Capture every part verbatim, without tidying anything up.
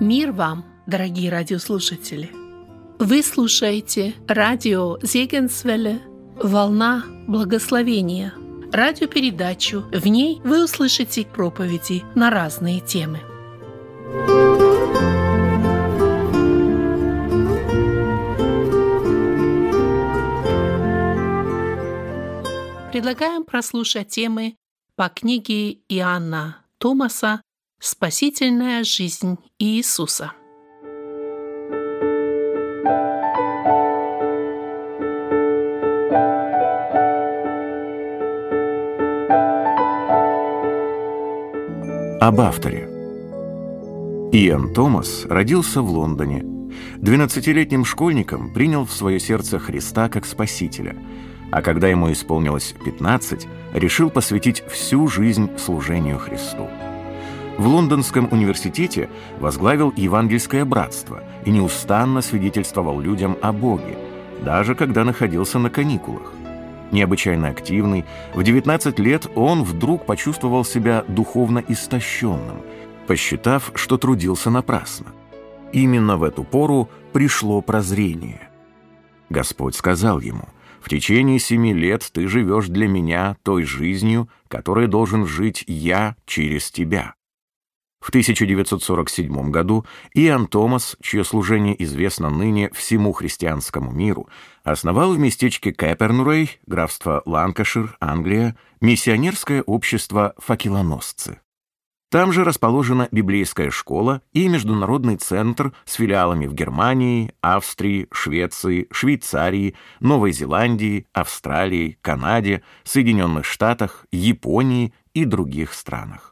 Мир вам, дорогие радиослушатели! Вы слушаете радио Зегенсвелле «Волна благословения», радиопередачу. В ней вы услышите проповеди на разные темы. Предлагаем прослушать темы по книге Иоанна Томаса «Спасительная жизнь Иисуса». Об авторе. Иоанн Томас родился в Лондоне. двенадцатилетним школьником принял в свое сердце Христа как Спасителя, а когда ему исполнилось пятнадцать, решил посвятить всю жизнь служению Христу. В Лондонском университете возглавил Евангельское братство и неустанно свидетельствовал людям о Боге, даже когда находился на каникулах. Необычайно активный, в девятнадцать лет он вдруг почувствовал себя духовно истощенным, посчитав, что трудился напрасно. Именно в эту пору пришло прозрение. Господь сказал ему: «В течение семи лет ты живешь для меня той жизнью, которой должен жить я через тебя». В тысяча девятьсот сорок седьмом году Иоанн Томас, чье служение известно ныне всему христианскому миру, основал в местечке Кэпернурей, графство Ланкашир, Англия, миссионерское общество «Факелоносцы». Там же расположена библейская школа и международный центр с филиалами в Германии, Австрии, Швеции, Швейцарии, Новой Зеландии, Австралии, Канаде, Соединенных Штатах, Японии и других странах.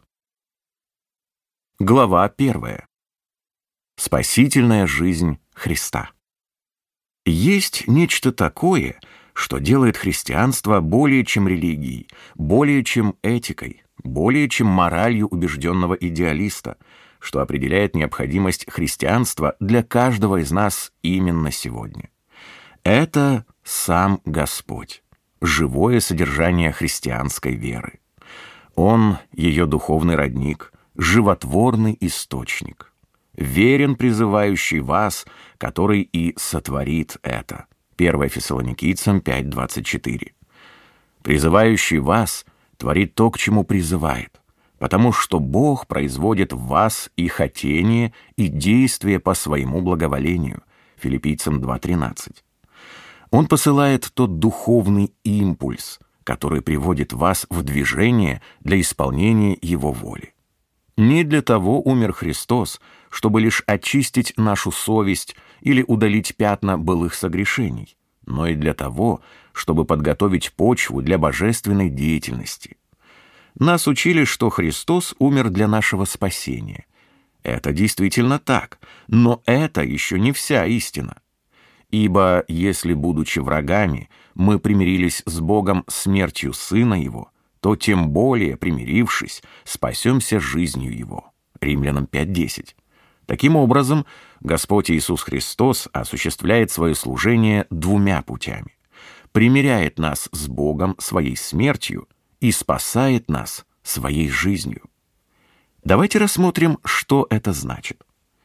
Глава первая. Спасительная жизнь Христа. Есть нечто такое, что делает христианство более чем религией, более чем этикой, более чем моралью убежденного идеалиста, что определяет необходимость христианства для каждого из нас именно сегодня. Это сам Господь, живое содержание христианской веры. Он — ее духовный родник, животворный источник, верен призывающий вас, который и сотворит это. первое Фессалоникийцам пять двадцать четыре. Призывающий вас творит то, к чему призывает, потому что Бог производит в вас и хотение, и действие по своему благоволению. Филиппийцам два тринадцать. Он посылает тот духовный импульс, который приводит вас в движение для исполнения Его воли. Не для того умер Христос, чтобы лишь очистить нашу совесть или удалить пятна былых согрешений, но и для того, чтобы подготовить почву для божественной деятельности. Нас учили, что Христос умер для нашего спасения. Это действительно так, но это еще не вся истина. Ибо если, будучи врагами, мы примирились с Богом смертью Сына Его, то тем более, примирившись, спасемся жизнью Его. Римлянам пять десять. Таким образом, Господь Иисус Христос осуществляет свое служение двумя путями. Примиряет нас с Богом своей смертью и спасает нас своей жизнью. Давайте рассмотрим, что это значит.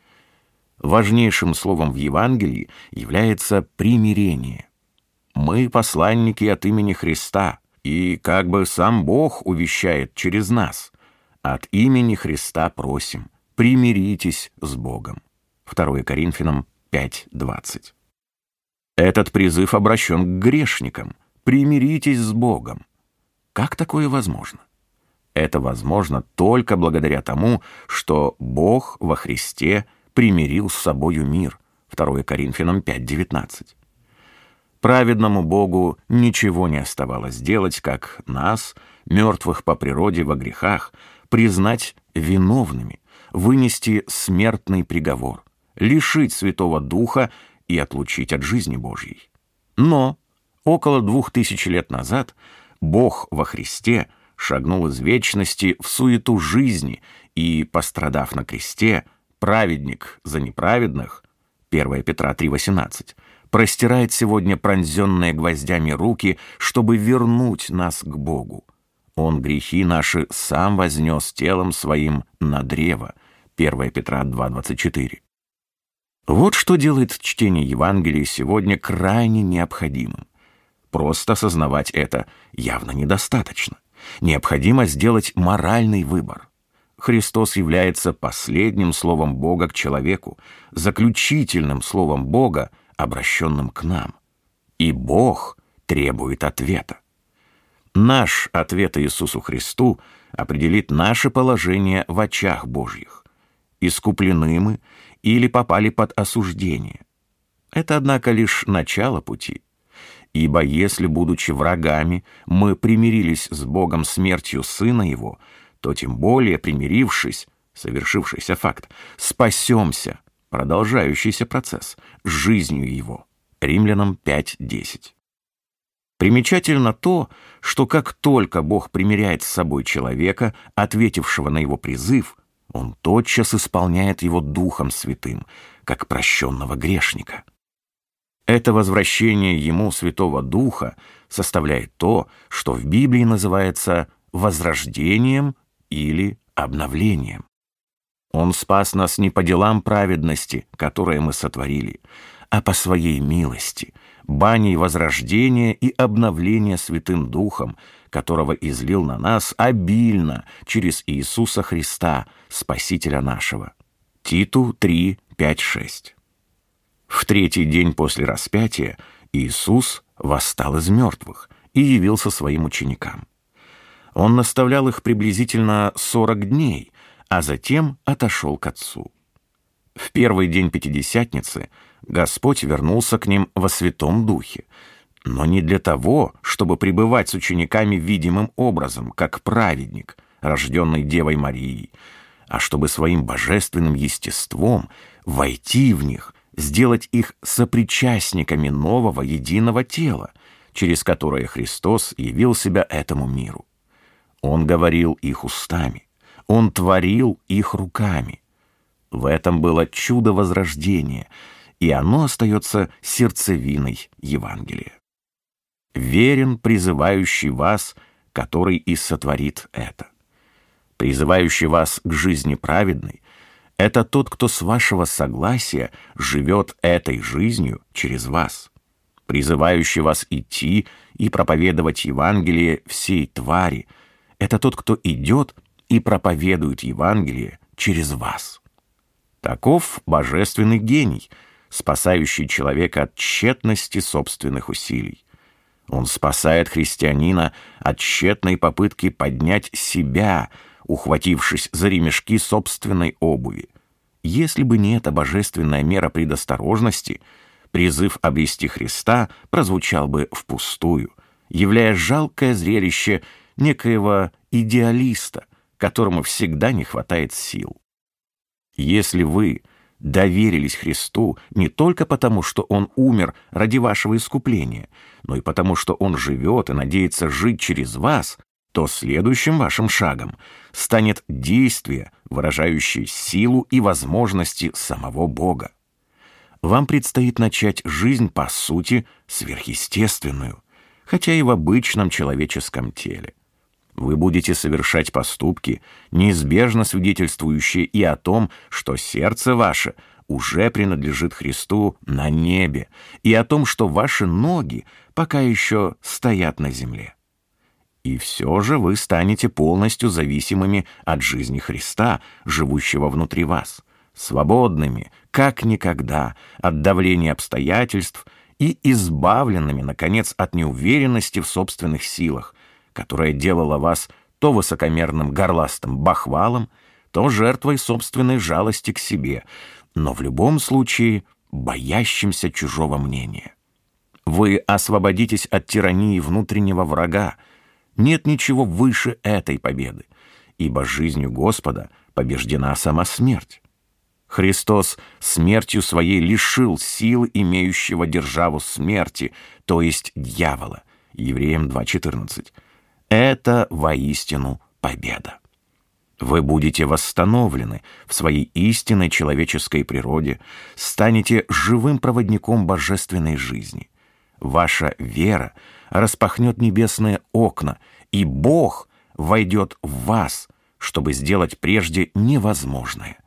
Важнейшим словом в Евангелии является примирение. Мы посланники от имени Христа, и как бы сам Бог увещает через нас: от имени Христа просим, примиритесь с Богом. второе Коринфянам пять двадцать. Этот призыв обращен к грешникам: примиритесь с Богом. Как такое возможно? Это возможно только благодаря тому, что Бог во Христе примирил с собою мир. второе Коринфянам пять девятнадцать. Праведному Богу ничего не оставалось делать, как нас, мертвых по природе во грехах, признать виновными, вынести смертный приговор, лишить Святого Духа и отлучить от жизни Божьей. Но около двух тысяч лет назад Бог во Христе шагнул из вечности в суету жизни и, пострадав на кресте, праведник за неправедных, первое Петра три восемнадцать, простирает сегодня пронзенные гвоздями руки, чтобы вернуть нас к Богу. Он грехи наши сам вознес телом своим на древо. первое Петра два двадцать четыре. Вот что делает чтение Евангелия сегодня крайне необходимым. Просто осознавать это явно недостаточно. Необходимо сделать моральный выбор. Христос является последним словом Бога к человеку, заключительным словом Бога, обращенным к нам. И Бог требует ответа. Наш ответ Иисусу Христу определит наше положение в очах Божьих. Искуплены мы или попали под осуждение. Это, однако, лишь начало пути. Ибо если, будучи врагами, мы примирились с Богом смертью Сына Его, то тем более, примирившись, совершившийся факт, спасемся, продолжающийся процесс, жизнью Его. Римлянам пять десять. Примечательно то, что как только Бог примиряет с собой человека, ответившего на его призыв, Он тотчас исполняет его Духом Святым, как прощенного грешника. Это возвращение Ему Святого Духа составляет то, что в Библии называется возрождением или обновлением. Он спас нас не по делам праведности, которые мы сотворили, а по Своей милости, баней возрождения и обновления Святым Духом, которого излил на нас обильно через Иисуса Христа, Спасителя нашего. Титу три пять шесть. В третий день после распятия Иисус восстал из мертвых и явился своим ученикам. Он наставлял их приблизительно сорок дней, а затем отошел к Отцу. В первый день Пятидесятницы Господь вернулся к ним во Святом Духе, но не для того, чтобы пребывать с учениками видимым образом, как праведник, рожденный Девой Марией, а чтобы своим божественным естеством войти в них, сделать их сопричастниками нового единого тела, через которое Христос явил себя этому миру. Он говорил их устами, Он творил их руками. В этом было чудо возрождения, и оно остается сердцевиной Евангелия. Верен призывающий вас, который и сотворит это. Призывающий вас к жизни праведной — это тот, кто с вашего согласия живет этой жизнью через вас. Призывающий вас идти и проповедовать Евангелие всей твари — это тот, кто идет и проповедует Евангелие через вас. Таков божественный гений, спасающий человека от тщетности собственных усилий. Он спасает христианина от тщетной попытки поднять себя, ухватившись за ремешки собственной обуви. Если бы не эта божественная мера предосторожности, призыв обрести Христа прозвучал бы впустую, являя жалкое зрелище некоего идеалиста, которому всегда не хватает сил. Если вы доверились Христу не только потому, что Он умер ради вашего искупления, но и потому, что Он живет и надеется жить через вас, то следующим вашим шагом станет действие, выражающее силу и возможности самого Бога. Вам предстоит начать жизнь, по сути, сверхъестественную, хотя и в обычном человеческом теле. Вы будете совершать поступки, неизбежно свидетельствующие и о том, что сердце ваше уже принадлежит Христу на небе, и о том, что ваши ноги пока еще стоят на земле. И все же вы станете полностью зависимыми от жизни Христа, живущего внутри вас, свободными, как никогда, от давления обстоятельств и избавленными, наконец, от неуверенности в собственных силах, которая делала вас то высокомерным горластым бахвалом, то жертвой собственной жалости к себе, но в любом случае боящимся чужого мнения. Вы освободитесь от тирании внутреннего врага. Нет ничего выше этой победы, ибо жизнью Господа побеждена сама смерть. Христос смертью своей лишил силы имеющего державу смерти, то есть дьявола. Евреям два четырнадцать. Это воистину победа. Вы будете восстановлены в своей истинной человеческой природе, станете живым проводником божественной жизни. Ваша вера распахнет небесные окна, и Бог войдет в вас, чтобы сделать прежде невозможное,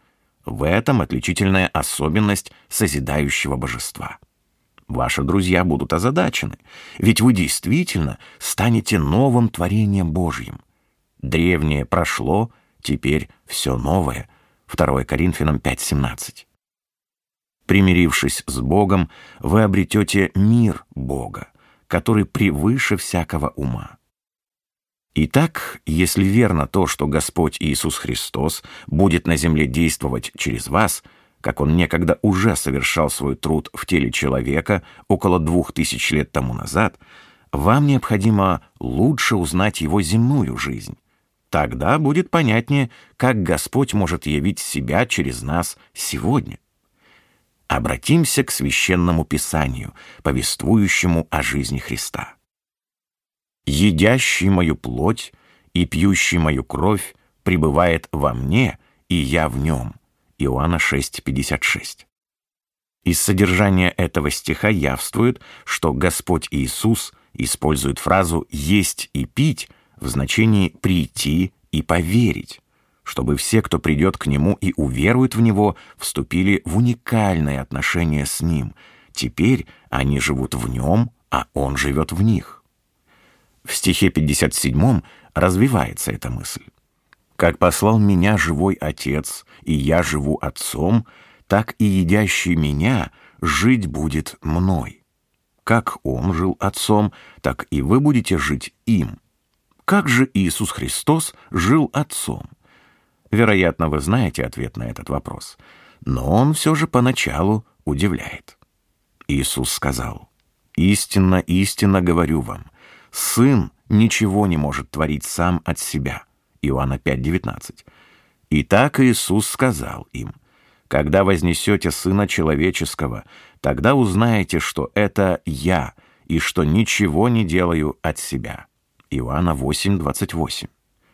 В этом отличительная особенность созидающего божества. Ваши друзья будут озадачены, ведь вы действительно станете новым творением Божьим. Древнее прошло, теперь все новое. второе Коринфянам пять семнадцать. Примирившись с Богом, вы обретете мир Бога, который превыше всякого ума. Итак, если верно то, что Господь Иисус Христос будет на земле действовать через вас, как Он некогда уже совершал свой труд в теле человека около двух тысяч лет тому назад, вам необходимо лучше узнать Его земную жизнь. Тогда будет понятнее, как Господь может явить себя через нас сегодня. Обратимся к Священному Писанию, повествующему о жизни Христа. «Едящий мою плоть и пьющий мою кровь пребывает во мне, и я в нем». Иоанна шесть пятьдесят шесть. Из содержания этого стиха явствует, что Господь Иисус использует фразу «есть и пить» в значении «прийти и поверить», чтобы все, кто придет к Нему и уверует в Него, вступили в уникальное отношение с Ним. Теперь они живут в Нем, а Он живет в них. В стихе пятьдесят седьмом развивается эта мысль. «Как послал меня живой Отец, и я живу Отцом, так и едящий меня жить будет мной. Как Он жил Отцом, так и вы будете жить им». Как же Иисус Христос жил Отцом? Вероятно, вы знаете ответ на этот вопрос, но он все же поначалу удивляет. Иисус сказал: «Истинно, истинно говорю вам, Сын ничего не может творить сам от себя». Иоанна пять девятнадцать. Итак, Иисус сказал им: «Когда вознесете Сына Человеческого, тогда узнаете, что это Я, и что ничего не делаю от себя». Иоанна восемь двадцать восемь.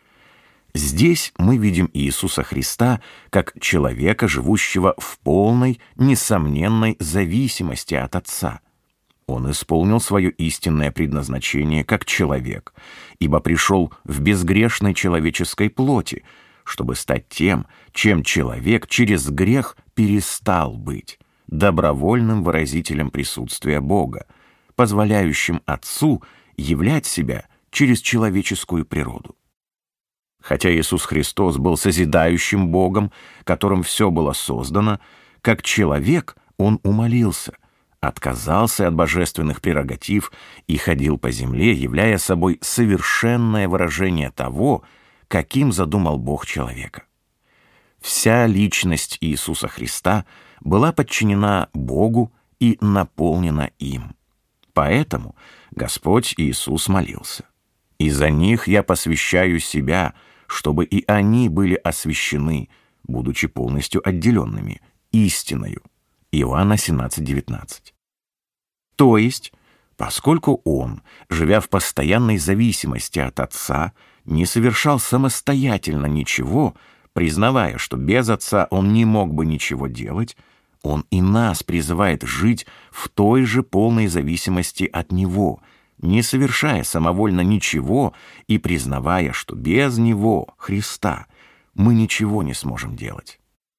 Здесь мы видим Иисуса Христа как человека, живущего в полной, несомненной зависимости от Отца. Он исполнил свое истинное предназначение как человек, ибо пришел в безгрешной человеческой плоти, чтобы стать тем, чем человек через грех перестал быть, добровольным выразителем присутствия Бога, позволяющим Отцу являть себя через человеческую природу. Хотя Иисус Христос был созидающим Богом, которым все было создано, как человек Он умолился, отказался от божественных прерогатив и ходил по земле, являя собой совершенное выражение того, каким задумал Бог человека. Вся личность Иисуса Христа была подчинена Богу и наполнена им. Поэтому Господь Иисус молился: «И за них я посвящаю себя, чтобы и они были освящены, будучи полностью отделенными истиною». Иоанна семнадцать девятнадцать. То есть, поскольку Он, живя в постоянной зависимости от Отца, не совершал самостоятельно ничего, признавая, что без Отца Он не мог бы ничего делать, Он и нас призывает жить в той же полной зависимости от Него, не совершая самовольно ничего и признавая, что без Него, Христа, мы ничего не сможем делать.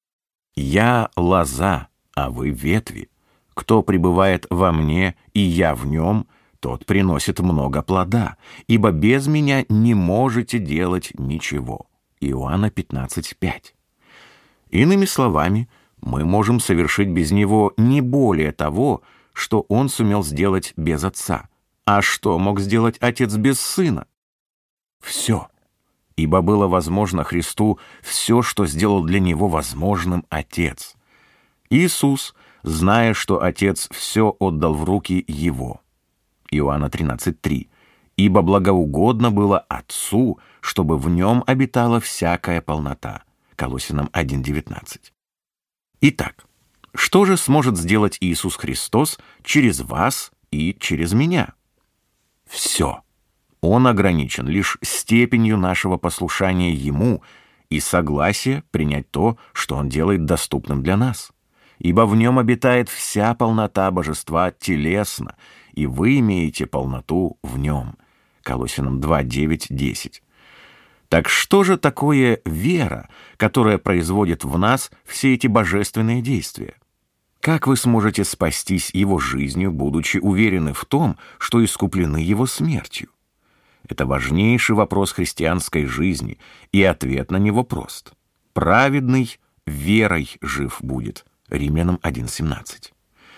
«Я — лоза, а вы — ветви. Кто пребывает во мне, и я в нем, тот приносит много плода, ибо без меня не можете делать ничего». Иоанна пятнадцать пять. Иными словами, мы можем совершить без Него не более того, что Он сумел сделать без Отца. А что мог сделать Отец без Сына? Все. Ибо было возможно Христу все, что сделал для Него возможным Отец. Иисус, зная, что Отец все отдал в руки Его. Иоанна тринадцать три. «Ибо благоугодно было Отцу, чтобы в Нем обитала всякая полнота». Колоссянам один девятнадцать. Итак, что же сможет сделать Иисус Христос через вас и через меня? Все. Он ограничен лишь степенью нашего послушания Ему и согласия принять то, что Он делает доступным для нас. Ибо в Нем обитает вся полнота Божества телесно, и вы имеете полноту в Нем. Колоссянам два девять десять. Так что же такое вера, которая производит в нас все эти божественные действия? Как вы сможете спастись его жизнью, будучи уверены в том, что искуплены его смертью? Это важнейший вопрос христианской жизни, и ответ на него прост. Праведный верой жив будет. Римлянам один семнадцать.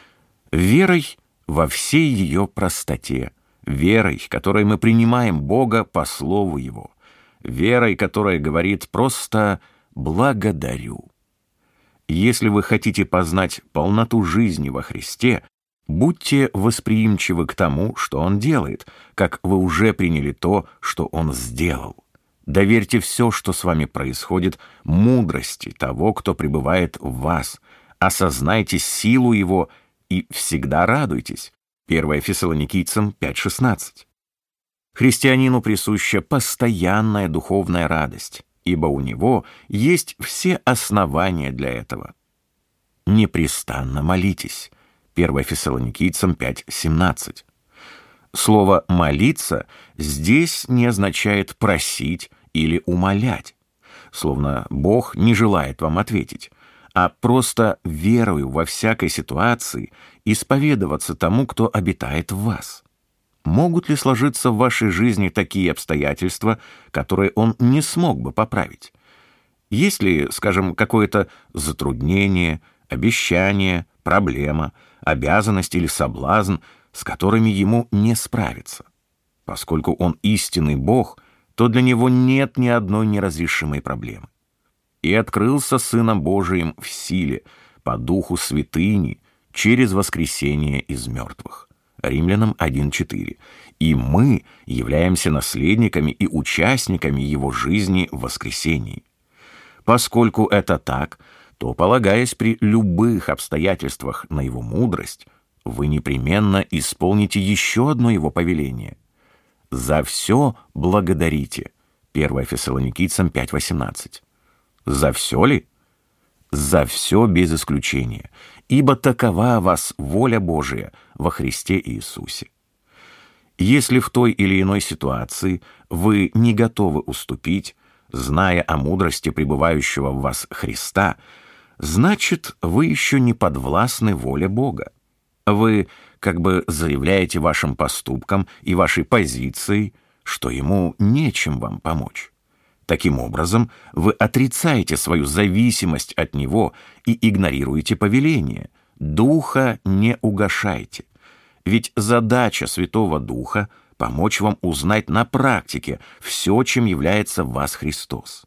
Верой во всей ее простоте, верой, которой мы принимаем Бога по слову Его, верой, которая говорит просто «благодарю». Если вы хотите познать полноту жизни во Христе, будьте восприимчивы к тому, что Он делает, как вы уже приняли то, что Он сделал. Доверьте все, что с вами происходит, мудрости того, кто пребывает в вас. Осознайте силу Его и всегда радуйтесь. первое Фессалоникийцам пять шестнадцать. Христианину присуща постоянная духовная радость, ибо у него есть все основания для этого. Непрестанно молитесь. первое Фессалоникийцам пять семнадцать. Слово «молиться» здесь не означает «просить» или «умолять», словно Бог не желает вам ответить, а просто верою во всякой ситуации исповедоваться тому, кто обитает в вас. Могут ли сложиться в вашей жизни такие обстоятельства, которые Он не смог бы поправить? Есть ли, скажем, какое-то затруднение, обещание, проблема, обязанность или соблазн, с которыми Ему не справиться? Поскольку Он истинный Бог, то для Него нет ни одной неразрешимой проблемы. «И открылся Сыном Божиим в силе, по духу святыни, через воскресение из мертвых». Римлянам один четыре. «И мы являемся наследниками и участниками Его жизни в воскресении». Поскольку это так, то, полагаясь при любых обстоятельствах на Его мудрость, вы непременно исполните еще одно Его повеление. «За все благодарите». первое Фессалоникийцам пять восемнадцать. За все ли? За все без исключения, ибо такова вас воля Божия во Христе Иисусе. Если в той или иной ситуации вы не готовы уступить, зная о мудрости пребывающего в вас Христа, значит, вы еще не подвластны воле Бога. Вы как бы заявляете вашим поступкам и вашей позицией, что Ему нечем вам помочь. Таким образом, вы отрицаете свою зависимость от Него и игнорируете повеление. Духа не угашайте. Ведь задача Святого Духа — помочь вам узнать на практике все, чем является в вас Христос.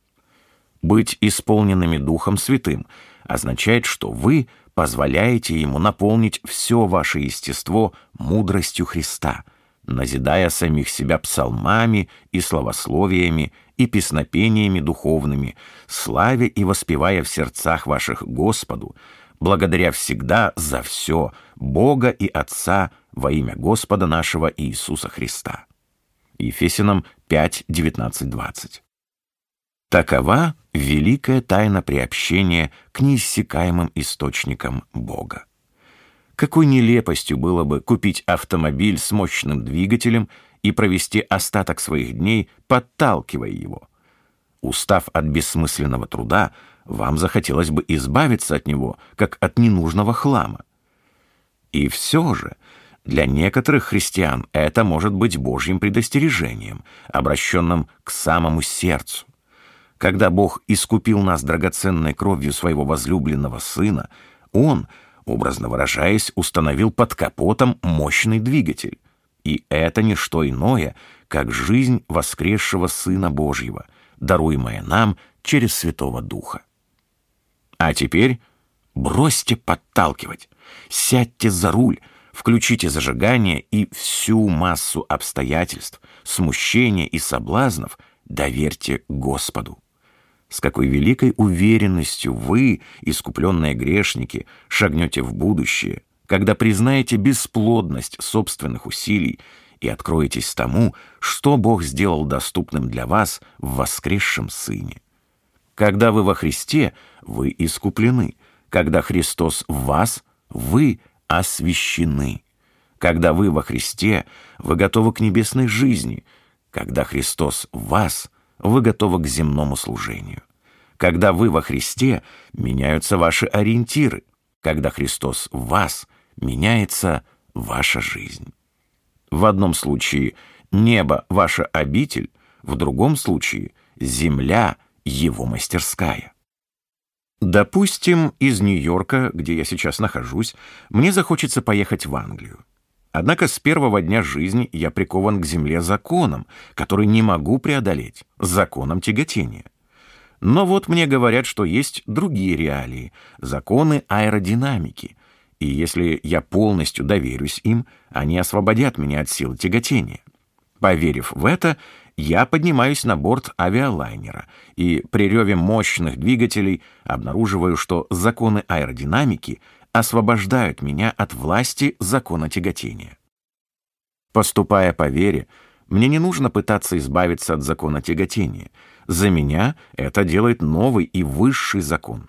Быть исполненными Духом Святым означает, что вы позволяете Ему наполнить все ваше естество мудростью Христа, назидая самих себя псалмами и славословиями и песнопениями духовными, славя и воспевая в сердцах ваших Господу, благодаря всегда за все Бога и Отца во имя Господа нашего Иисуса Христа. Ефесянам пять девятнадцать двадцать. Такова великая тайна приобщения к неиссякаемым источникам Бога. Какой нелепостью было бы купить автомобиль с мощным двигателем и провести остаток своих дней, подталкивая его. Устав от бессмысленного труда, вам захотелось бы избавиться от него, как от ненужного хлама. И все же, для некоторых христиан это может быть Божьим предостережением, обращенным к самому сердцу. Когда Бог искупил нас драгоценной кровью Своего возлюбленного Сына, Он, образно выражаясь, установил под капотом мощный двигатель. И это не что иное, как жизнь воскресшего Сына Божьего, даруемая нам через Святого Духа. А теперь бросьте подталкивать, сядьте за руль, включите зажигание и всю массу обстоятельств, смущения и соблазнов доверьте Господу. С какой великой уверенностью вы, искупленные грешники, шагнете в будущее, когда признаете бесплодность собственных усилий и откроетесь тому, что Бог сделал доступным для вас в воскресшем Сыне. Когда вы во Христе, вы искуплены. Когда Христос в вас, вы освящены. Когда вы во Христе, вы готовы к небесной жизни. Когда Христос в вас, вы готовы к земному служению. Когда вы во Христе, меняются ваши ориентиры. Когда Христос в вас, меняется ваша жизнь. В одном случае небо – ваша обитель, в другом случае земля – его мастерская. Допустим, из Нью-Йорка, где я сейчас нахожусь, мне захочется поехать в Англию. Однако с первого дня жизни я прикован к земле законом, который не могу преодолеть, законом тяготения. Но вот мне говорят, что есть другие реалии, законы аэродинамики, и если я полностью доверюсь им, они освободят меня от силы тяготения. Поверив в это, я поднимаюсь на борт авиалайнера и при реве мощных двигателей обнаруживаю, что законы аэродинамики освобождают меня от власти закона тяготения. Поступая по вере, мне не нужно пытаться избавиться от закона тяготения. За меня это делает новый и высший закон.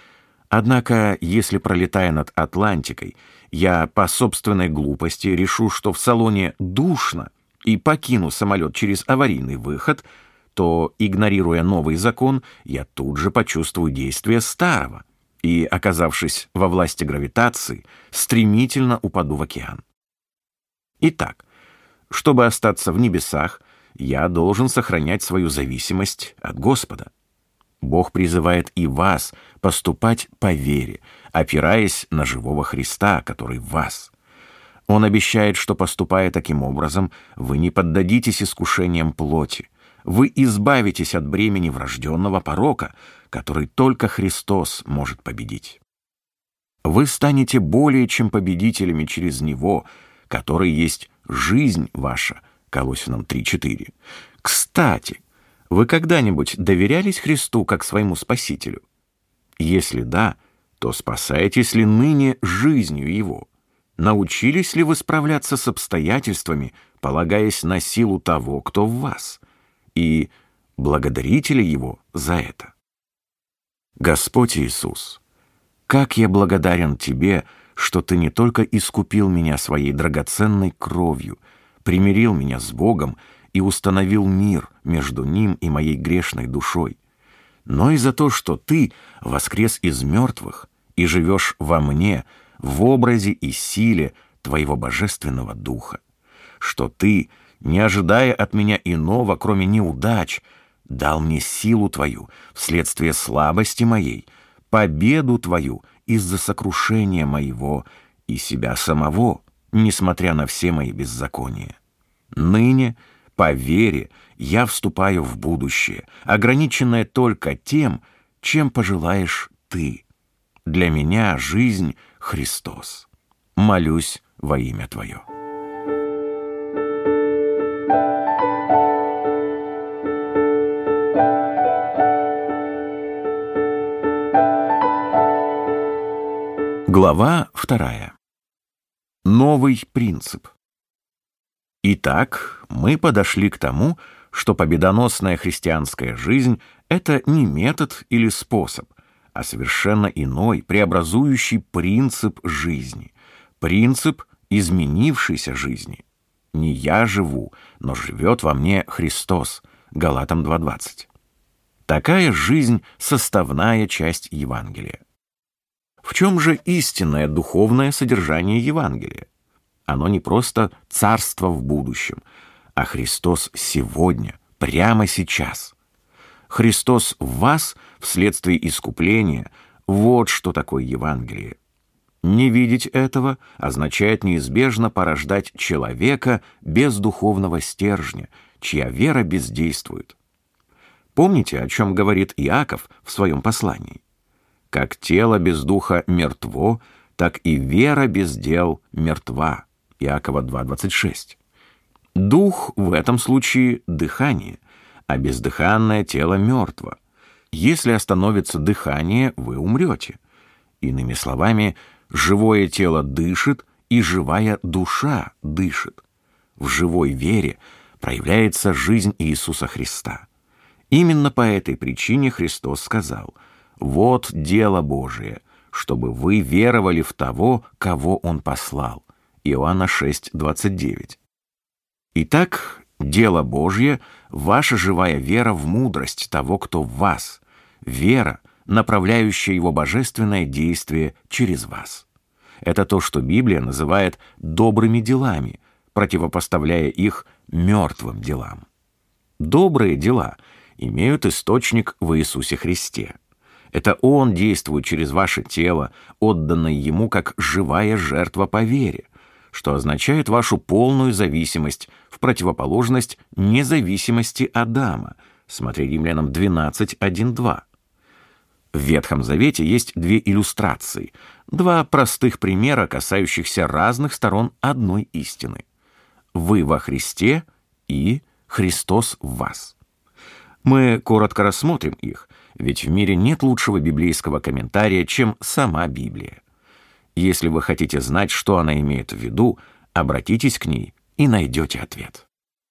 Однако, если, пролетая над Атлантикой, я по собственной глупости решу, что в салоне душно, и покину самолет через аварийный выход, то, игнорируя новый закон, я тут же почувствую действие старого и, оказавшись во власти гравитации, стремительно упаду в океан. Итак, чтобы остаться в небесах, я должен сохранять свою зависимость от Господа. Бог призывает и вас поступать по вере, опираясь на живого Христа, который в вас. Он обещает, что, поступая таким образом, вы не поддадитесь искушениям плоти, вы избавитесь от бремени врожденного порока, который только Христос может победить. Вы станете более чем победителями через Него, который есть жизнь ваша, Колоссянам три четыре. Кстати, вы когда-нибудь доверялись Христу как своему Спасителю? Если да, то спасаетесь ли ныне жизнью Его? Научились ли вы справляться с обстоятельствами, полагаясь на силу того, кто в вас? И благодарите ли Его за это? Господь Иисус, как я благодарен Тебе, что Ты не только искупил меня своей драгоценной кровью, примирил меня с Богом и установил мир между Ним и моей грешной душой, но и за то, что Ты воскрес из мертвых и живешь во мне в образе и силе Твоего Божественного Духа, что Ты, не ожидая от меня иного, кроме неудач, дал мне силу Твою вследствие слабости моей, победу Твою из-за сокрушения моего и себя самого, несмотря на все мои беззакония. Ныне, по вере, я вступаю в будущее, ограниченное только тем, чем пожелаешь Ты. Для меня жизнь — Христос. Молюсь во имя Твое. Глава вторая. Новый принцип. Итак, мы подошли к тому, что победоносная христианская жизнь — это не метод или способ, а совершенно иной, преобразующий принцип жизни, принцип изменившейся жизни. Не я живу, но живет во мне Христос. Галатам два двадцать. Такая жизнь — составная часть Евангелия. В чем же истинное духовное содержание Евангелия? Оно не просто царство в будущем, а Христос сегодня, прямо сейчас. Христос в вас вследствие искупления — вот что такое Евангелие. Не видеть этого означает неизбежно порождать человека без духовного стержня, чья вера бездействует. Помните, о чем говорит Иаков в своем послании? «Как тело без духа мертво, так и вера без дел мертва». Иакова два двадцать шесть. Дух в этом случае — дыхание, а бездыханное тело мертво. Если остановится дыхание, вы умрете. Иными словами, живое тело дышит, и живая душа дышит. В живой вере проявляется жизнь Иисуса Христа. Именно по этой причине Христос сказал: «Вот дело Божие, чтобы вы веровали в того, кого Он послал». Иоанна шесть двадцать девять. Итак, дело Божье ваша живая вера в мудрость того, кто в вас, вера, направляющая его божественное действие через вас. Это то, что Библия называет добрыми делами, противопоставляя их мертвым делам. Добрые дела имеют источник в Иисусе Христе. Это Он действует через ваше тело, отданное Ему как живая жертва по вере, что означает вашу полную зависимость в противоположность независимости Адама. Смотри Римлянам двенадцать, один, два. В Ветхом Завете есть две иллюстрации, два простых примера, касающихся разных сторон одной истины. Вы во Христе и Христос в вас. Мы коротко рассмотрим их, ведь в мире нет лучшего библейского комментария, чем сама Библия. Если вы хотите знать, что она имеет в виду, обратитесь к ней и найдете ответ.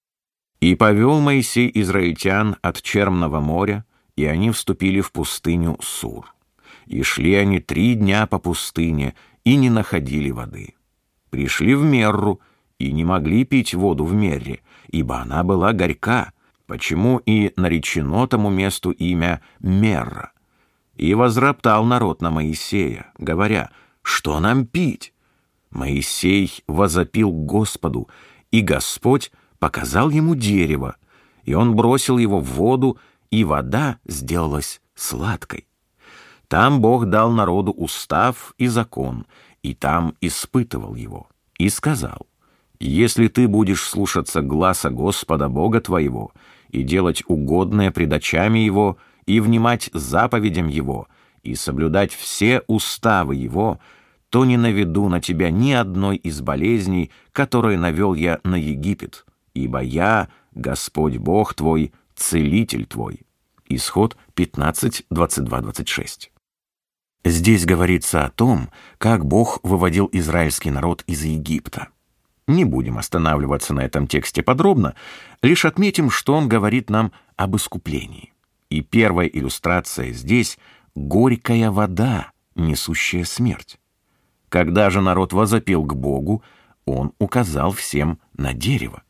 «И повел Моисей израильтян от Черного моря, и они вступили в пустыню Сур. И шли они три дня по пустыне, и не находили воды. Пришли в Мерру, и не могли пить воду в Мерре, ибо она была горька, почему и наречено тому месту имя Мерра. И возроптал народ на Моисея, говоря: что нам пить? Моисей возопил к Господу, и Господь показал ему дерево, и он бросил его в воду, и вода сделалась сладкой. Там Бог дал народу устав и закон, и там испытывал его, и сказал: если ты будешь слушаться гласа Господа Бога твоего и делать угодное пред очами Его, и внимать заповедям Его, и соблюдать все уставы Его, то не наведу на тебя ни одной из болезней, которые навел я на Египет, ибо я, Господь Бог твой, целитель твой». Исход пятнадцать, двадцать два, двадцать шесть. Здесь говорится о том, как Бог выводил израильский народ из Египта. Не будем останавливаться на этом тексте подробно, лишь отметим, что он говорит нам об искуплении. И первая иллюстрация здесь — горькая вода, несущая смерть. Когда же народ возопил к Богу, он указал всем на дерево.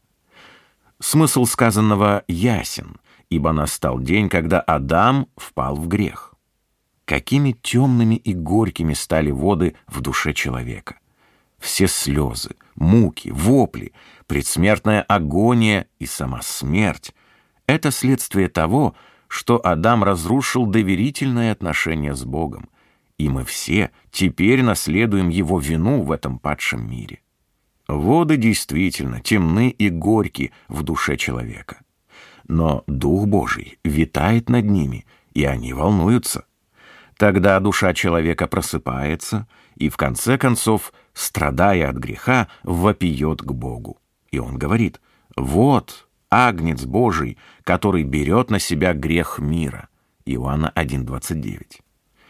Смысл сказанного ясен, ибо настал день, когда Адам впал в грех. Какими темными и горькими стали воды в душе человека. Все слезы, муки, вопли, предсмертная агония и сама смерть — это следствие того, что Адам разрушил доверительные отношения с Богом, и мы все теперь наследуем его вину в этом падшем мире. Воды действительно темны и горьки в душе человека. Но Дух Божий витает над ними, и они волнуются. Тогда душа человека просыпается и, в конце концов, страдая от греха, вопиет к Богу. И он говорит: «Вот Агнец Божий, который берет на себя грех мира». Иоанна один, двадцать девять.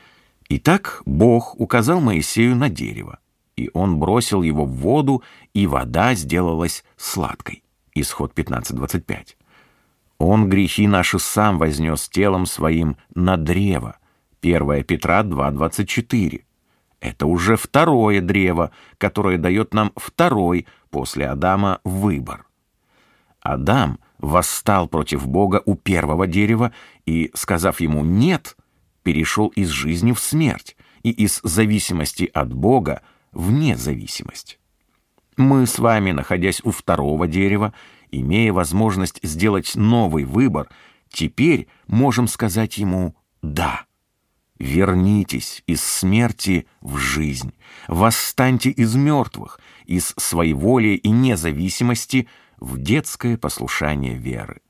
Итак, Бог указал Моисею на дерево, и он бросил его в воду, и вода сделалась сладкой. Исход пятнадцать, двадцать пять. Он грехи наши сам вознес телом своим на древо. первое Петра два, двадцать четыре. Это уже второе древо, которое дает нам второй после Адама выбор. Адам восстал против Бога у первого дерева и, сказав ему «нет», перешел из жизни в смерть и из зависимости от Бога в независимость. Мы с вами, находясь у второго дерева, имея возможность сделать новый выбор, теперь можем сказать ему «да». Вернитесь из смерти в жизнь, восстаньте из мертвых, из своеволия и независимости в детское послушание веры.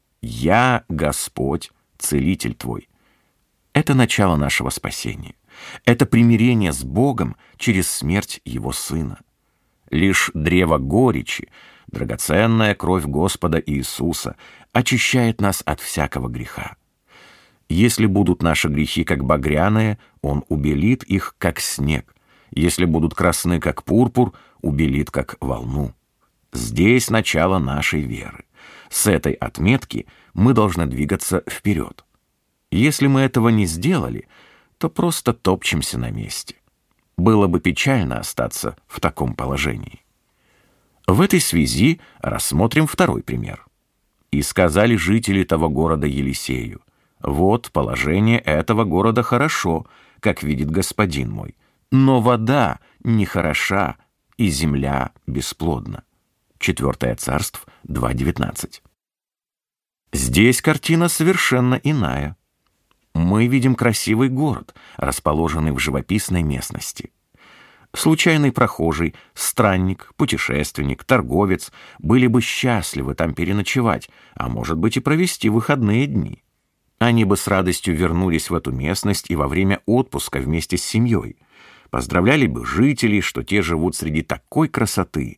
«Я, Господь, целитель твой». Это начало нашего спасения. Это примирение с Богом через смерть Его Сына. Лишь древо горечи, драгоценная кровь Господа Иисуса, очищает нас от всякого греха. Если будут наши грехи как багряные, Он убелит их, как снег. Если будут красны, как пурпур, убелит, как волну. Здесь начало нашей веры. С этой отметки мы должны двигаться вперед. Если мы этого не сделали, то просто топчемся на месте. Было бы печально остаться в таком положении. В этой связи рассмотрим второй пример. И сказали жители того города Елисею: «Вот положение этого города хорошо, как видит господин мой, но вода нехороша, и земля бесплодна». Четвертое Царств два девятнадцать. Здесь картина совершенно иная. Мы видим красивый город, расположенный в живописной местности. Случайный прохожий, странник, путешественник, торговец были бы счастливы там переночевать, а может быть и провести выходные дни. Они бы с радостью вернулись в эту местность и во время отпуска вместе с семьей. Поздравляли бы жителей, что те живут среди такой красоты.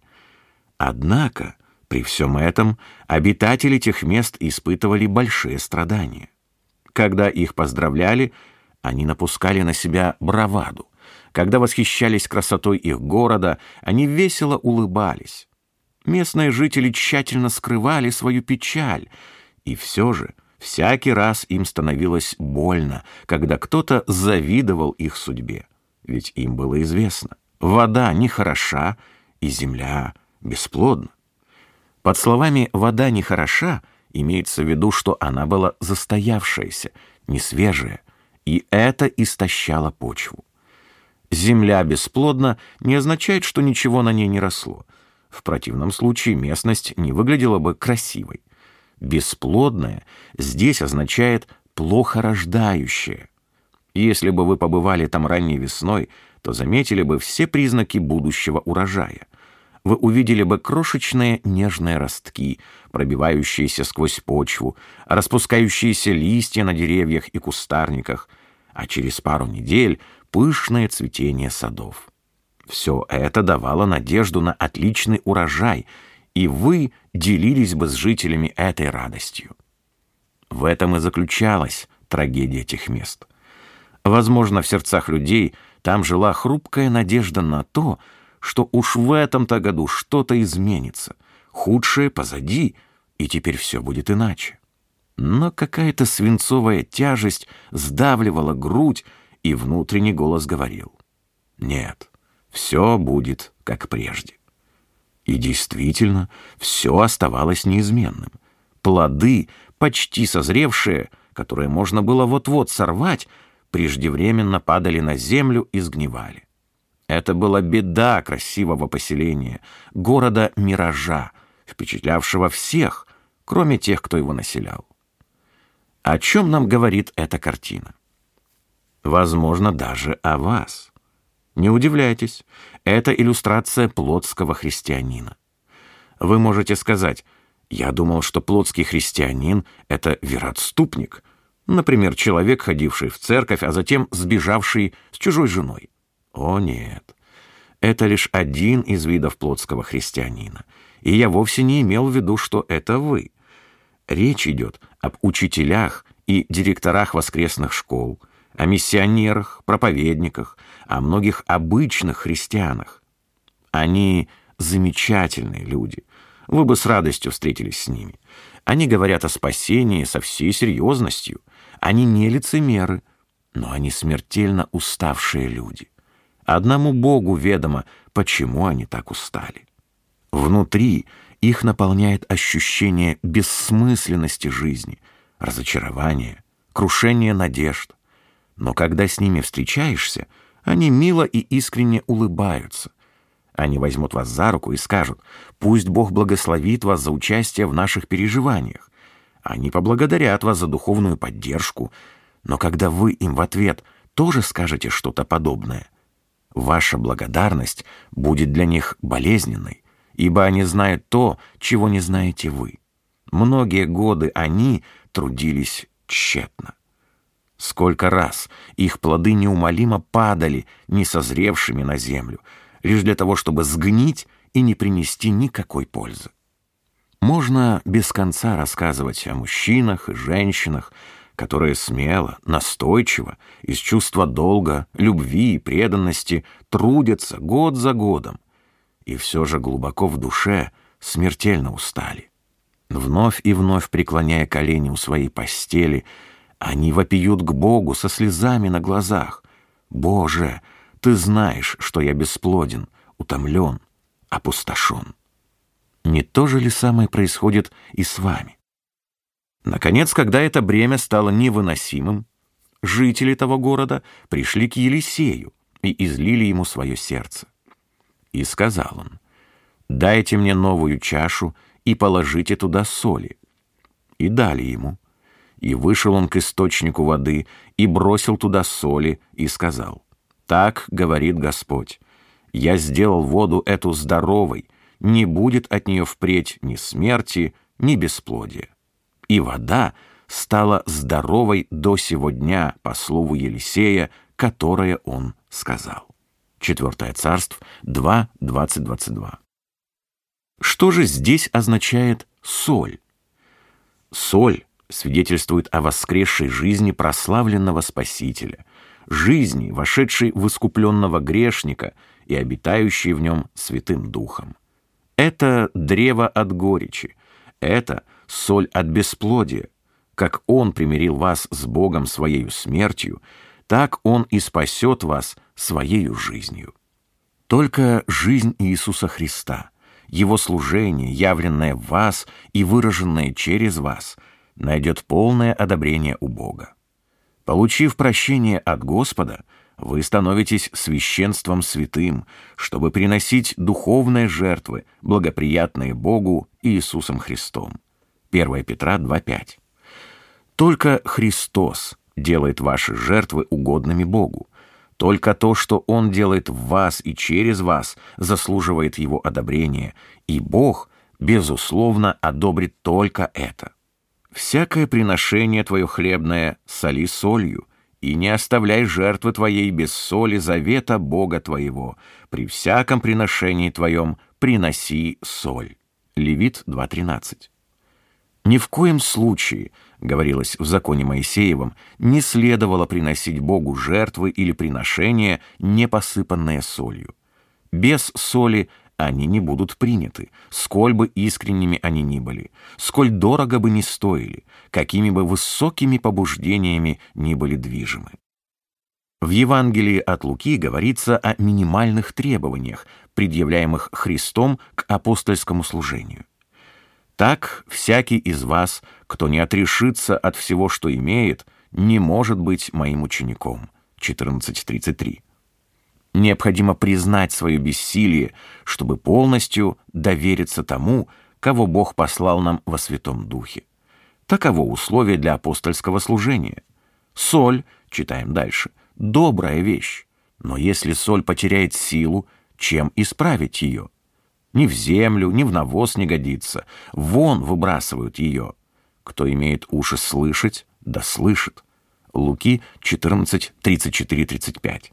Однако, при всем этом, обитатели тех мест испытывали большие страдания. Когда их поздравляли, они напускали на себя браваду. Когда восхищались красотой их города, они весело улыбались. Местные жители тщательно скрывали свою печаль, и все же всякий раз им становилось больно, когда кто-то завидовал их судьбе. Ведь им было известно: вода нехороша, и земля бесплодна. Под словами «вода нехороша» имеется в виду, что она была застоявшаяся, несвежая, и это истощало почву. Земля бесплодна не означает, что ничего на ней не росло. В противном случае местность не выглядела бы красивой. Бесплодная здесь означает плохо рождающая. Если бы вы побывали там ранней весной, то заметили бы все признаки будущего урожая. Вы увидели бы крошечные нежные ростки, пробивающиеся сквозь почву, распускающиеся листья на деревьях и кустарниках, а через пару недель пышное цветение садов. Все это давало надежду на отличный урожай, и вы делились бы с жителями этой радостью. В этом и заключалась трагедия этих мест. Возможно, в сердцах людей там жила хрупкая надежда на то, что уж в этом-то году что-то изменится, худшее позади, и теперь все будет иначе. Но какая-то свинцовая тяжесть сдавливала грудь, и внутренний голос говорил: «Нет, все будет как прежде». И действительно, все оставалось неизменным. Плоды, почти созревшие, которые можно было вот-вот сорвать, преждевременно падали на землю и сгнивали. Это была беда красивого поселения, города-миража, впечатлявшего всех, кроме тех, кто его населял. О чем нам говорит эта картина? Возможно, даже о вас. Не удивляйтесь, это иллюстрация плотского христианина. Вы можете сказать: «Я думал, что плотский христианин — это вероотступник, например, человек, ходивший в церковь, а затем сбежавший с чужой женой». О нет, это лишь один из видов плотского христианина, и я вовсе не имел в виду, что это вы. Речь идет об учителях и директорах воскресных школ, о миссионерах, проповедниках, о многих обычных христианах. Они замечательные люди. Вы бы с радостью встретились с ними. Они говорят о спасении со всей серьезностью. Они не лицемеры, но они смертельно уставшие люди. Одному Богу ведомо, почему они так устали. Внутри их наполняет ощущение бессмысленности жизни, разочарования, крушения надежд. Но когда с ними встречаешься, они мило и искренне улыбаются. Они возьмут вас за руку и скажут: «Пусть Бог благословит вас за участие в наших переживаниях». Они поблагодарят вас за духовную поддержку, но когда вы им в ответ тоже скажете что-то подобное, ваша благодарность будет для них болезненной, ибо они знают то, чего не знаете вы. Многие годы они трудились тщетно. Сколько раз их плоды неумолимо падали несозревшими на землю, лишь для того, чтобы сгнить и не принести никакой пользы. Можно без конца рассказывать о мужчинах и женщинах, которые смело, настойчиво, из чувства долга, любви и преданности трудятся год за годом, и все же глубоко в душе смертельно устали. Вновь и вновь преклоняя колени у своей постели, они вопиют к Богу со слезами на глазах: «Боже, Ты знаешь, что я бесплоден, утомлен, опустошен». Не то же ли самое происходит и с вами? Наконец, когда это бремя стало невыносимым, жители того города пришли к Елисею и излили ему свое сердце. И сказал он: «Дайте мне новую чашу и положите туда соли». И дали ему. И вышел он к источнику воды и бросил туда соли и сказал: «Так говорит Господь, я сделал воду эту здоровой, не будет от нее впредь ни смерти, ни бесплодия». И вода стала здоровой до сего дня по слову Елисея, которое он сказал. Четвертое Царств два, двадцать, двадцать два. Что же здесь означает соль? Соль свидетельствует о воскресшей жизни прославленного Спасителя, жизни, вошедшей в искупленного грешника и обитающей в нем Святым Духом. Это древо от горечи, это соль от бесплодия. Как Он примирил вас с Богом Своею смертью, так Он и спасет вас Своею жизнью. Только жизнь Иисуса Христа, Его служение, явленное в вас и выраженное через вас, найдет полное одобрение у Бога. Получив прощение от Господа, вы становитесь священством святым, чтобы приносить духовные жертвы, благоприятные Богу и Иисусом Христом. первое Петра два, пять. Только Христос делает ваши жертвы угодными Богу. Только то, что Он делает в вас и через вас, заслуживает Его одобрения, и Бог, безусловно, одобрит только это. «Всякое приношение твое хлебное соли солью, и не оставляй жертвы твоей без соли завета Бога твоего. При всяком приношении твоем приноси соль». Левит два, тринадцать. Ни в коем случае, говорилось в законе Моисеевом, не следовало приносить Богу жертвы или приношения, не посыпанные солью. Без соли они не будут приняты, сколь бы искренними они ни были, сколь дорого бы ни стоили, какими бы высокими побуждениями ни были движимы. В Евангелии от Луки говорится о минимальных требованиях, предъявляемых Христом к апостольскому служению. «Так всякий из вас, кто не отрешится от всего, что имеет, не может быть моим учеником». четырнадцать тридцать три. Необходимо признать свое бессилие, чтобы полностью довериться тому, кого Бог послал нам во Святом Духе. Таково условие для апостольского служения. Соль, читаем дальше, добрая вещь, но если соль потеряет силу, чем исправить ее? Ни в землю, ни в навоз не годится, вон выбрасывают ее. Кто имеет уши слышать, да слышит. Луки четырнадцать, тридцать четыре, тридцать пять.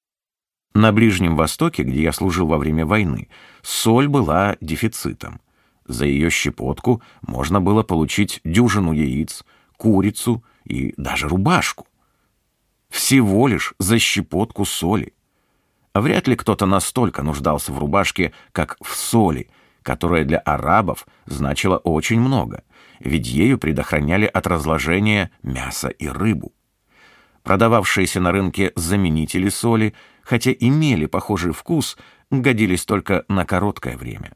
На Ближнем Востоке, где я служил во время войны, соль была дефицитом. За ее щепотку можно было получить дюжину яиц, курицу и даже рубашку. Всего лишь за щепотку соли. Вряд ли кто-то настолько нуждался в рубашке, как в соли, которая для арабов значила очень много, ведь ею предохраняли от разложения мясо и рыбу. Продававшиеся на рынке заменители соли, хотя имели похожий вкус, годились только на короткое время.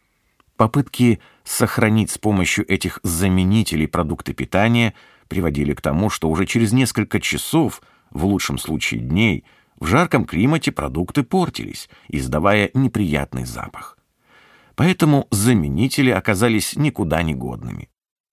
Попытки сохранить с помощью этих заменителей продукты питания приводили к тому, что уже через несколько часов, в лучшем случае дней, в жарком климате продукты портились, издавая неприятный запах. Поэтому заменители оказались никуда не годными.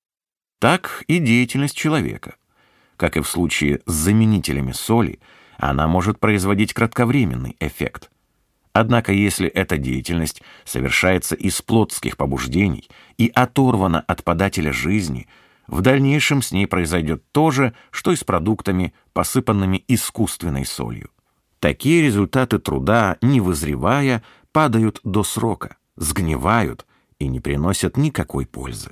Так и деятельность человека. Как и в случае с заменителями соли, она может производить кратковременный эффект. Однако, если эта деятельность совершается из плотских побуждений и оторвана от подателя жизни, в дальнейшем с ней произойдет то же, что и с продуктами, посыпанными искусственной солью. Такие результаты труда, не вызревая, падают до срока, сгнивают и не приносят никакой пользы.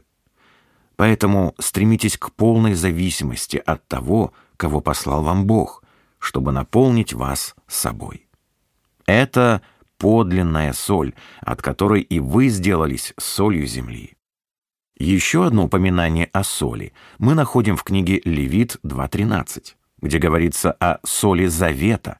Поэтому стремитесь к полной зависимости от того, кого послал вам Бог, чтобы наполнить вас собой. Это подлинная соль, от которой и вы сделались солью земли. Еще одно упоминание о соли мы находим в книге Левит два тринадцать, где говорится о соли завета,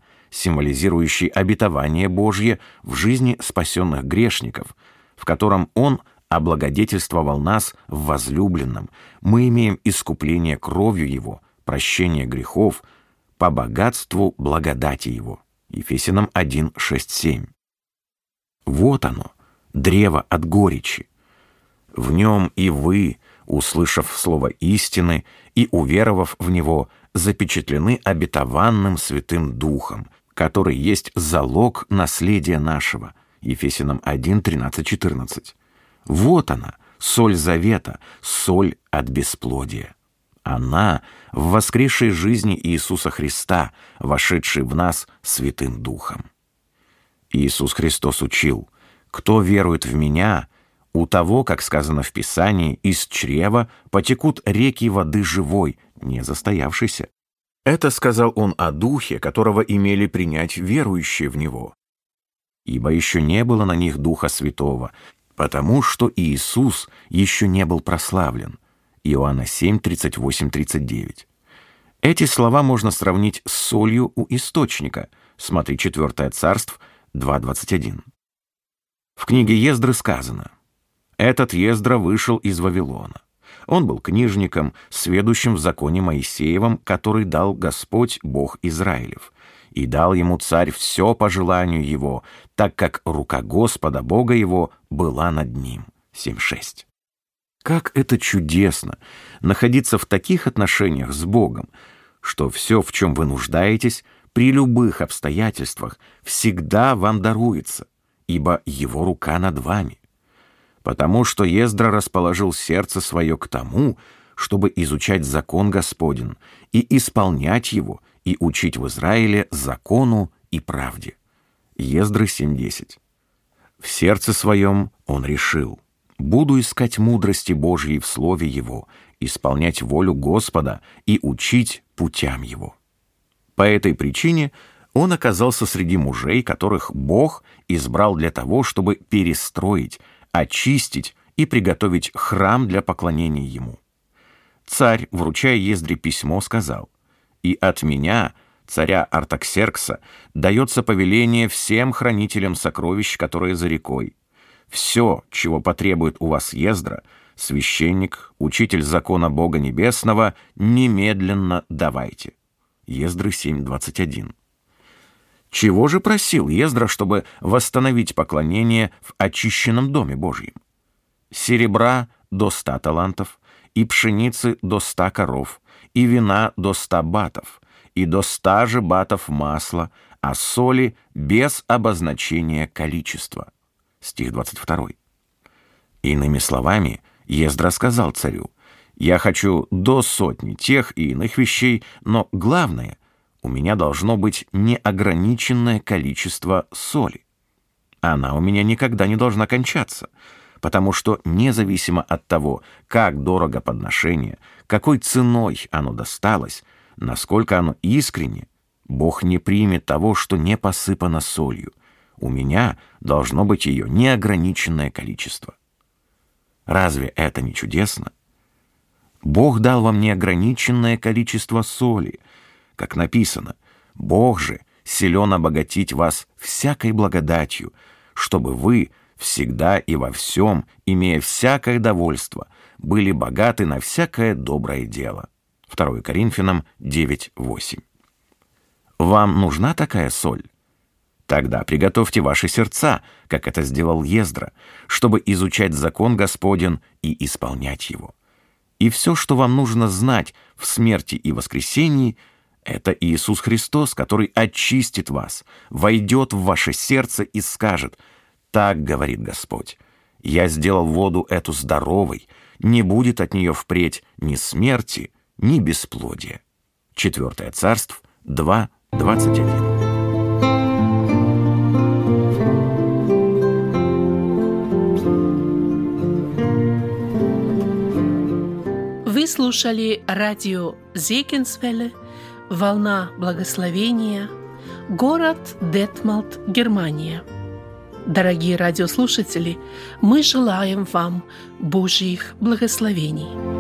символизирующей обетование Божье в жизни спасенных грешников, в котором Он облагодетельствовал нас в возлюбленном, мы имеем искупление кровью Его, прощение грехов, по богатству благодати Его». Ефесянам один, шесть, семь. Вот оно, древо от горечи. В нем и вы, услышав слово истины и уверовав в него, запечатлены обетованным Святым Духом, который есть залог наследия нашего. Ефесянам один, тринадцать, четырнадцать. Вот она, соль завета, соль от бесплодия. Она в воскресшей жизни Иисуса Христа, вошедшей в нас Святым Духом. Иисус Христос учил: «Кто верует в Меня, у того, как сказано в Писании, из чрева потекут реки воды живой, не застоявшейся». Это сказал Он о Духе, которого имели принять верующие в Него. Ибо еще не было на них Духа Святого, потому что Иисус еще не был прославлен. Иоанна семь, тридцать восемь, тридцать девять. Эти слова можно сравнить с солью у источника. Смотри четвёртое Царств два, двадцать один. В книге Ездры сказано: «Этот Ездра вышел из Вавилона. Он был книжником, сведущим в законе Моисеевом, который дал Господь Бог Израилев, и дал ему царь все по желанию его, так как рука Господа Бога его была над ним». семь, шесть. Как это чудесно находиться в таких отношениях с Богом, что все, в чем вы нуждаетесь, при любых обстоятельствах всегда вам даруется, ибо Его рука над вами. Потому что Ездра расположил сердце свое к тому, чтобы изучать закон Господень и исполнять его, и учить в Израиле закону и правде. Ездры семь, десять. В сердце своем он решил: «Буду искать мудрости Божьей в Слове Его, исполнять волю Господа и учить путям Его». По этой причине он оказался среди мужей, которых Бог избрал для того, чтобы перестроить, очистить и приготовить храм для поклонения Ему. Царь, вручая Ездре письмо, сказал: «И от меня, царя Артаксеркса, дается повеление всем хранителям сокровищ, которые за рекой. Все, чего потребует у вас Ездра, священник, учитель закона Бога Небесного, немедленно давайте». Ездры семь, двадцать один. Чего же просил Ездра, чтобы восстановить поклонение в очищенном Доме Божьем? Серебра до ста талантов, и пшеницы до ста коров, и вина до ста батов, и до ста же батов масла, а соли без обозначения количества. Стих двадцать второй. Иными словами, Ездра сказал царю: «Я хочу до сотни тех и иных вещей, но главное, у меня должно быть неограниченное количество соли. Она у меня никогда не должна кончаться, потому что независимо от того, как дорого подношение, какой ценой оно досталось, насколько оно искренне, Бог не примет того, что не посыпано солью. У меня должно быть ее неограниченное количество». Разве это не чудесно? Бог дал вам неограниченное количество соли. Как написано: «Бог же силен обогатить вас всякой благодатью, чтобы вы всегда и во всем, имея всякое довольство, были богаты на всякое доброе дело». второе Коринфянам девять, восемь. Вам нужна такая соль? Тогда приготовьте ваши сердца, как это сделал Ездра, чтобы изучать закон Господень и исполнять его. И все, что вам нужно знать в смерти и воскресении, это Иисус Христос, который очистит вас, войдет в ваше сердце и скажет: «Так говорит Господь, я сделал воду эту здоровой, не будет от нее впредь ни смерти, ни бесплодия». четвёртое Царств два, двадцать один. Вы слушали радио Зегенсвелле, «Волна благословения», город Детмалт, Германия. Дорогие радиослушатели, мы желаем вам Божьих благословений.